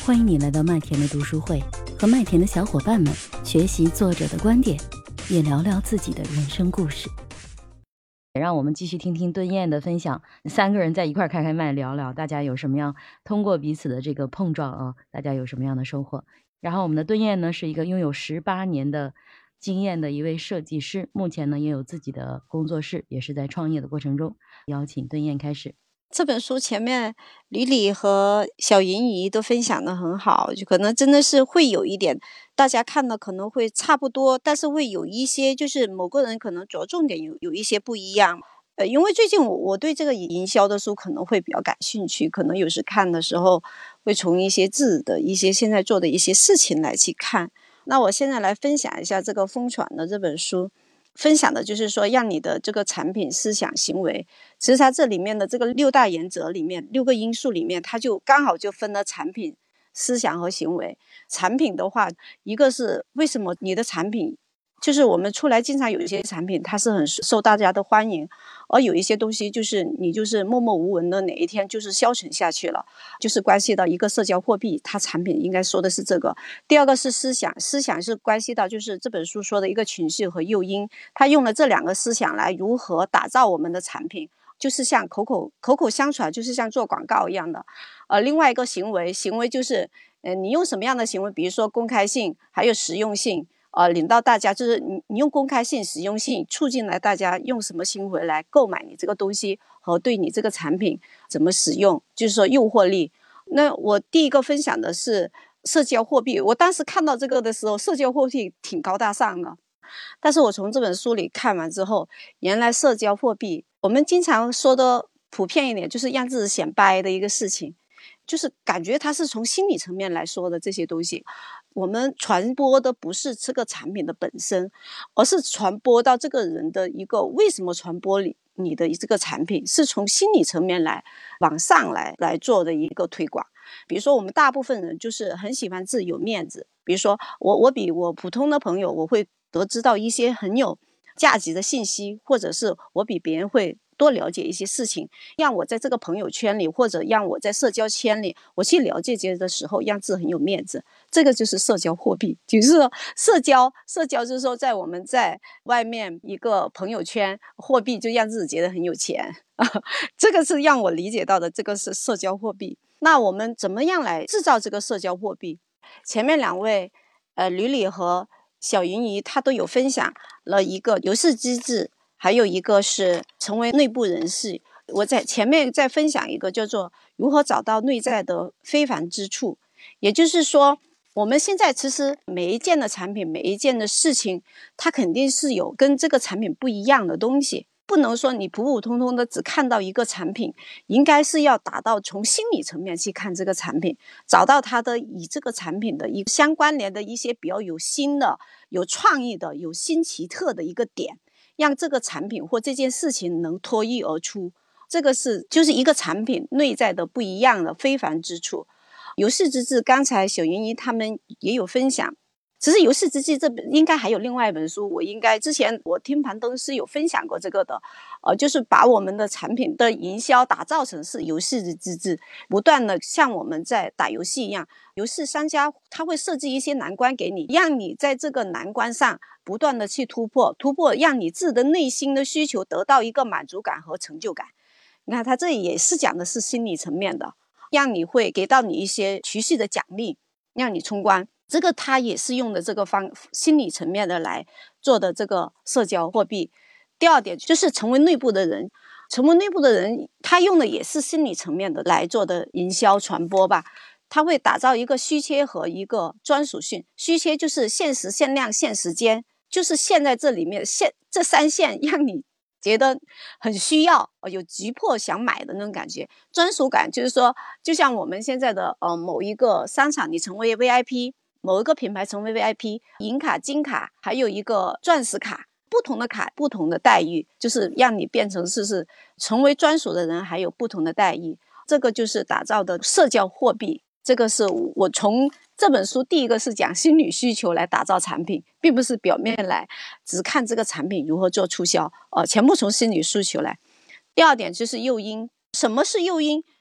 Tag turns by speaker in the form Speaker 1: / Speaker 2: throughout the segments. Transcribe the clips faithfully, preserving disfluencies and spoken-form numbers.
Speaker 1: 欢迎你来到麦田的读书会，和麦田的小伙伴们学习作者的观点，也聊聊自己的人生故事。让我们继续听听敦彦的分享，三个人在一块开开麦聊聊，大家有什么样通过彼此的这个碰撞啊，大家有什么样的收获。然后我们的敦彦呢是一个拥有十八年的经验的一位设计师，目前呢也有自己的工作室，也是在创业的过程中。邀请敦彦开始。
Speaker 2: 这本书前面李李和小银姨都分享得很好，就可能真的是会有一点大家看的可能会差不多，但是会有一些就是某个人可能着重点有有一些不一样。呃，因为最近我我对这个营销的书可能会比较感兴趣，可能有时看的时候会从一些字的一些现在做的一些事情来去看。那我现在来分享一下这个疯传的这本书，分享的就是说让你的这个产品思想行为，其实它这里面的这个六大原则里面六个因素里面，它就刚好就分了产品思想和行为。产品的话，一个是为什么你的产品，就是我们出来经常有一些产品它是很受大家的欢迎，而有一些东西就是你就是默默无闻的哪一天就是消沉下去了，就是关系到一个社交货币，它产品应该说的是这个。第二个是思想，思想是关系到就是这本书说的一个情绪和诱因，它用了这两个思想来如何打造我们的产品，就是像口口口口相传，就是像做广告一样的。呃，另外一个行为，行为就是呃你用什么样的行为，比如说公开性还有实用性，呃，领到大家就是你你用公开性实用性促进来大家用什么行为来购买你这个东西和对你这个产品怎么使用，就是说诱惑力。那我第一个分享的是社交货币，我当时看到这个的时候，社交货币挺高大上的，但是我从这本书里看完之后，原来社交货币我们经常说的普遍一点就是让自己显摆的一个事情，就是感觉它是从心理层面来说的这些东西，我们传播的不是这个产品的本身，而是传播到这个人的一个为什么传播你的这个产品，是从心理层面来往上来来做的一个推广。比如说我们大部分人就是很喜欢自己有面子，比如说我我比我普通的朋友我会得知到一些很有价值的信息，或者是我比别人会多了解一些事情，让我在这个朋友圈里或者让我在社交圈里我去了解这些的时候让自己很有面子，这个就是社交货币。就是说社交社交就是说在我们在外面一个朋友圈，货币就让自己觉得很有钱这个是让我理解到的，这个是社交货币。那我们怎么样来制造这个社交货币？前面两位呃，吕李和小云姨她都有分享了一个游戏机制，还有一个是成为内部人士。我在前面再分享一个叫做如何找到内在的非凡之处。也就是说我们现在其实每一件的产品，每一件的事情，它肯定是有跟这个产品不一样的东西，不能说你普普通通的只看到一个产品，应该是要达到从心理层面去看这个产品，找到它的与这个产品的一个相关联的一些比较有新的有创意的有新奇特的一个点，让这个产品或这件事情能脱颖而出，这个是就是一个产品内在的不一样的非凡之处。游戏之治刚才小云姨他们也有分享，其实游戏之治这应该还有另外一本书，我应该之前我听盘东师有分享过这个的，呃，就是把我们的产品的营销打造成是游戏之治，不断的像我们在打游戏一样，游戏商家他会设计一些难关给你，让你在这个难关上不断的去突破突破，让你自己的内心的需求得到一个满足感和成就感。你看他这里也是讲的是心理层面的，让你会给到你一些持续的奖励，让你冲关，这个他也是用的这个方心理层面的来做的这个社交货币。第二点就是成为内部的人，成为内部的人他用的也是心理层面的来做的营销传播吧。他会打造一个虚切和一个专属性，虚切就是限时限量限时间，就是限在这里面，限这三线让你觉得很需要，有急迫想买的那种感觉。专属感就是说就像我们现在的呃某一个商场你成为 V I P， 某一个品牌成为 V I P， 银卡金卡还有一个钻石卡，不同的卡不同的待遇，就是让你变成是是成为专属的人还有不同的待遇，这个就是打造的社交货币。这个是我从这本书第一个是讲心理需求来打造产品，并不是表面来只看这个产品如何做促销，呃，全部从心理需求来。第二点就是诱因，什么是诱因？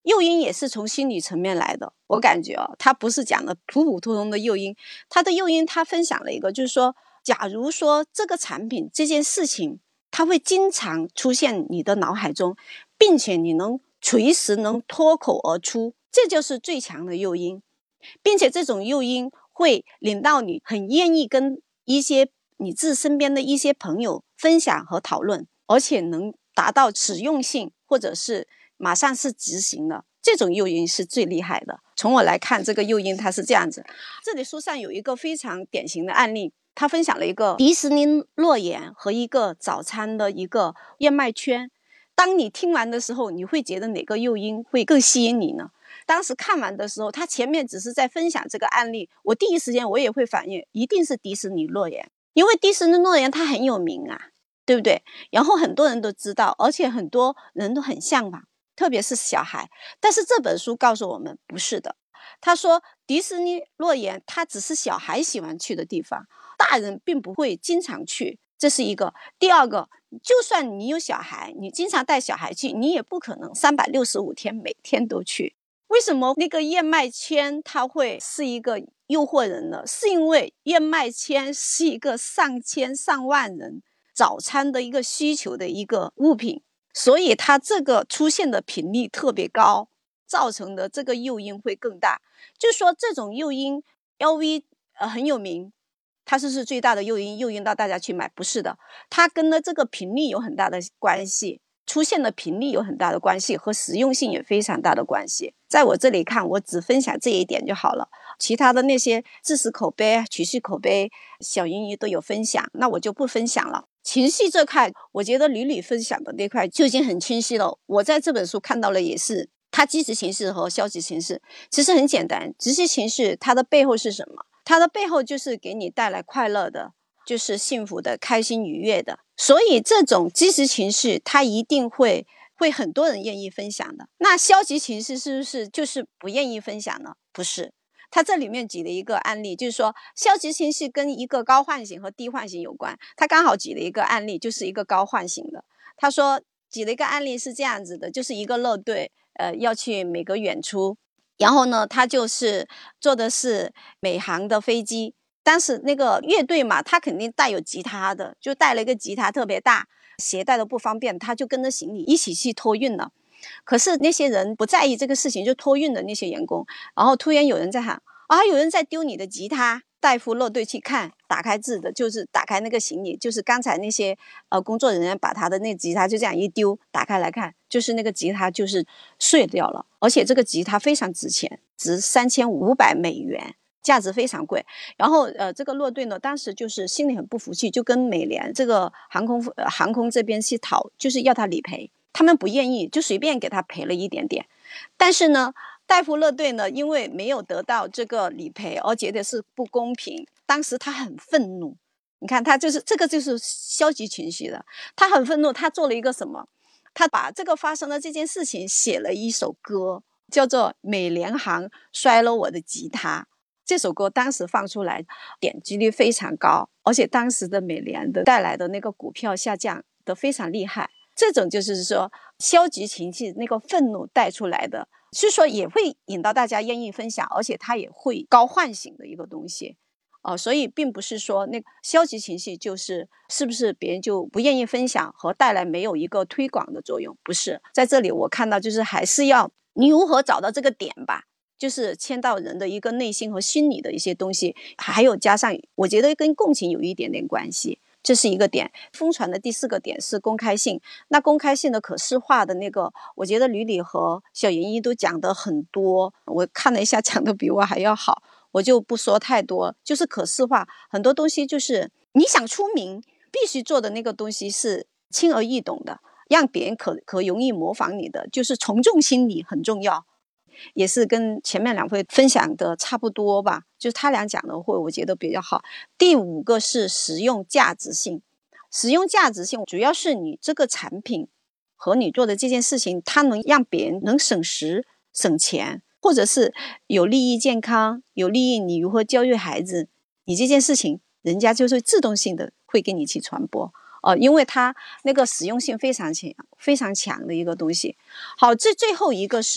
Speaker 2: 诱因也是从心理层面来的，我感觉啊，他不是讲的普普通通的诱因，他的诱因他分享了一个，就是说，假如说这个产品这件事情，它会经常出现你的脑海中，并且你能随时能脱口而出，这就是最强的诱因，并且这种诱因会令到你很愿意跟一些你自身边的一些朋友分享和讨论，而且能达到实用性，或者是马上是执行的，这种诱因是最厉害的。从我来看，这个诱因它是这样子。这里书上有一个非常典型的案例，他分享了一个迪士尼乐园和一个早餐的一个燕麦圈。当你听完的时候，你会觉得哪个诱因会更吸引你呢？当时看完的时候，他前面只是在分享这个案例，我第一时间我也会反应，一定是迪士尼乐园，因为迪士尼乐园它很有名啊，对不对？然后很多人都知道，而且很多人都很向往，特别是小孩。但是这本书告诉我们不是的，他说迪士尼乐园它只是小孩喜欢去的地方，大人并不会经常去，这是一个。第二个，就算你有小孩，你经常带小孩去，你也不可能三百六十五天每天都去。为什么那个燕麦圈它会是一个诱惑人呢？是因为燕麦圈是一个上千上万人早餐的一个需求的一个物品，所以它这个出现的频率特别高，造成的这个诱因会更大。就是说这种诱因 L V 呃很有名，它是不是最大的诱因诱因到大家去买？不是的，它跟的这个频率有很大的关系，出现的频率有很大的关系，和实用性也非常大的关系。在我这里看，我只分享这一点就好了，其他的那些知识口碑、曲序口碑，小英语都有分享，那我就不分享了。情绪这块，我觉得吕吕分享的那块就已经很清晰了。我在这本书看到了，也是它积极情绪和消极情绪其实很简单，积极情绪它的背后是什么？它的背后就是给你带来快乐的，就是幸福的、开心愉悦的。所以这种积极情绪它一定会会很多人愿意分享的。那消极情绪是不是就是不愿意分享呢？不是。他这里面举了一个案例，就是说消极情绪跟一个高唤醒和低唤醒有关。他刚好举了一个案例，就是一个高唤醒的。他说举了一个案例是这样子的，就是一个乐队呃要去美国演出，然后呢他就是坐的是美航的飞机，当时那个乐队嘛，他肯定带有吉他的，就带了一个吉他特别大，携带的不方便，他就跟着行李一起去托运了。可是那些人不在意这个事情，就托运的那些员工，然后突然有人在喊啊，有人在丢你的吉他。戴夫乐队去看，打开字的就是打开那个行李，就是刚才那些呃工作人员把他的那吉他就这样一丢，打开来看，就是那个吉他就是碎掉了，而且这个吉他非常值钱，值三千五百美元。价值非常贵。然后呃，这个乐队呢，当时就是心里很不服气，就跟美联这个航空、呃、航空这边去讨，就是要他理赔，他们不愿意，就随便给他赔了一点点。但是呢，戴夫乐队呢，因为没有得到这个理赔，而觉得是不公平，当时他很愤怒。你看他就是这个就是消极情绪的，他很愤怒，他做了一个什么？他把这个发生的这件事情写了一首歌，叫做《美联航摔了我的吉他》。这首歌当时放出来点击率非常高，而且当时的美联的带来的那个股票下降的非常厉害。这种就是说消极情绪那个愤怒带出来的，是说也会引到大家愿意分享，而且它也会高唤醒的一个东西。哦，所以并不是说那个消极情绪就是是不是别人就不愿意分享和带来没有一个推广的作用，不是。在这里我看到就是还是要你如何找到这个点吧，就是牵到人的一个内心和心理的一些东西，还有加上我觉得跟共情有一点点关系，这是一个点。疯传的第四个点是公开性，那公开性的可视化的那个，我觉得吕吕和小云一都讲得很多，我看了一下讲得比我还要好，我就不说太多。就是可视化很多东西，就是你想出名必须做的那个东西是轻而易懂的，让别人可可容易模仿你的，就是从众心理很重要。也是跟前面两位分享的差不多吧，就是他俩讲的会我觉得比较好。第五个是实用价值性，实用价值性主要是你这个产品和你做的这件事情，它能让别人能省时省钱，或者是有利益健康，有利益你如何教育孩子，你这件事情人家就是自动性的会跟你去传播。呃，因为它那个实用性非常强非常强的一个东西。好，这最后一个是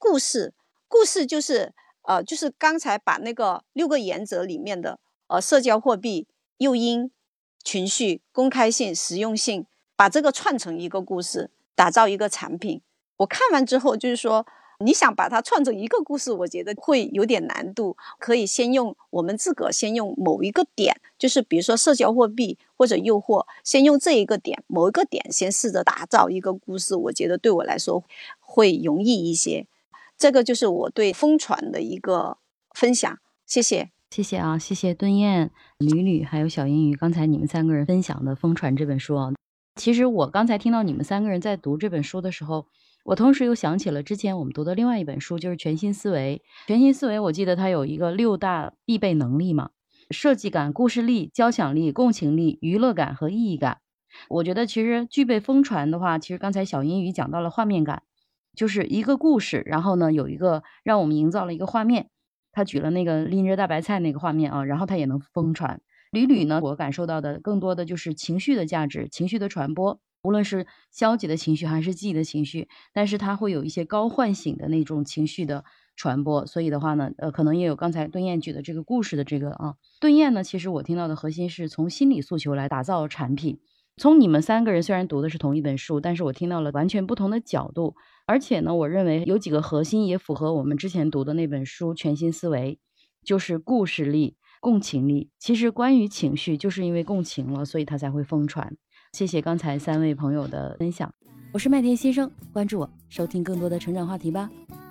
Speaker 2: 故事，故事就是呃，就是刚才把那个六个原则里面的呃社交货币、诱因、情绪、公开性、实用性，把这个串成一个故事，打造一个产品。我看完之后就是说，你想把它串成一个故事，我觉得会有点难度。可以先用我们自个先用某一个点，就是比如说社交货币或者诱惑，先用这一个点，某一个点先试着打造一个故事，我觉得对我来说会容易一些。这个就是我对疯传的一个分享，谢谢。
Speaker 1: 谢谢啊，谢谢敦燕、吕吕还有小银鱼，刚才你们三个人分享的《疯传》这本书啊。其实我刚才听到你们三个人在读这本书的时候，我同时又想起了之前我们读的另外一本书，就是全新思维。全新思维我记得它有一个六大必备能力嘛，设计感、故事力、交响力、共情力、娱乐感和意义感。我觉得其实具备疯传的话，其实刚才小银鱼讲到了画面感，就是一个故事，然后呢有一个让我们营造了一个画面，他举了那个拎着大白菜那个画面啊，然后他也能疯传。屡屡呢，我感受到的更多的就是情绪的价值，情绪的传播，无论是消极的情绪还是积极的情绪，但是它会有一些高唤醒的那种情绪的传播。所以的话呢，呃，可能也有刚才敦燕举的这个故事的这个啊，敦燕呢，其实我听到的核心是从心理诉求来打造产品。从你们三个人虽然读的是同一本书，但是我听到了完全不同的角度，而且呢，我认为有几个核心也符合我们之前读的那本书《全新思维》，就是故事力、共情力。其实关于情绪，就是因为共情了，所以它才会疯传。谢谢刚才三位朋友的分享，我是麦田先生，关注我，收听更多的成长话题吧。